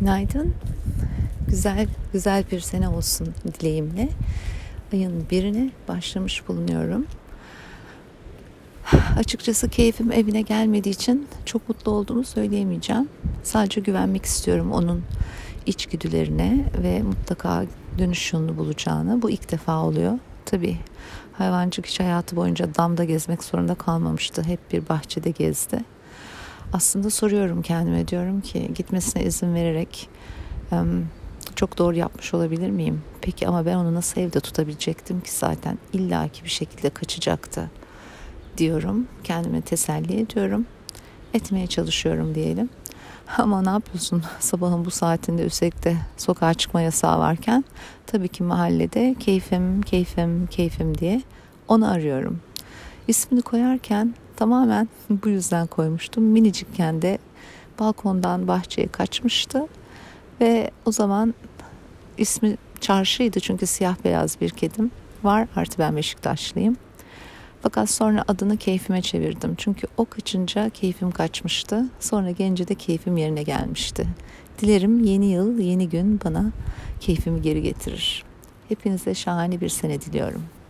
Günaydın. Güzel güzel bir sene olsun dileğimle. Ayın 1'ine başlamış bulunuyorum. Açıkçası keyfim evine gelmediği için çok mutlu olduğumu söyleyemeyeceğim. Sadece güvenmek istiyorum onun içgüdülerine ve mutlaka dönüş yolunu bulacağını. Bu ilk defa oluyor. Tabii hayvancık hiç hayatı boyunca damda gezmek zorunda kalmamıştı. Hep bir bahçede gezdi. Aslında soruyorum kendime, diyorum ki gitmesine izin vererek çok doğru yapmış olabilir miyim? Peki ama ben onu nasıl evde tutabilecektim ki, zaten illaki bir şekilde kaçacaktı diyorum. Kendime teselli ediyorum. Etmeye çalışıyorum diyelim. Ama ne yapıyorsun sabahın bu saatinde, üstelik de sokağa çıkma yasağı varken, tabii ki mahallede keyfim diye onu arıyorum. İsmini koyarken tamamen bu yüzden koymuştum. Minicikken de balkondan bahçeye kaçmıştı ve o zaman ismi Çarşı'ydı, çünkü siyah beyaz bir kedim var. Artı ben Beşiktaşlıyım. Fakat sonra adını Keyfime çevirdim. Çünkü o kaçınca keyfim kaçmıştı. Sonra gelince de keyfim yerine gelmişti. Dilerim yeni yıl, yeni gün bana keyfimi geri getirir. Hepinize şahane bir sene diliyorum.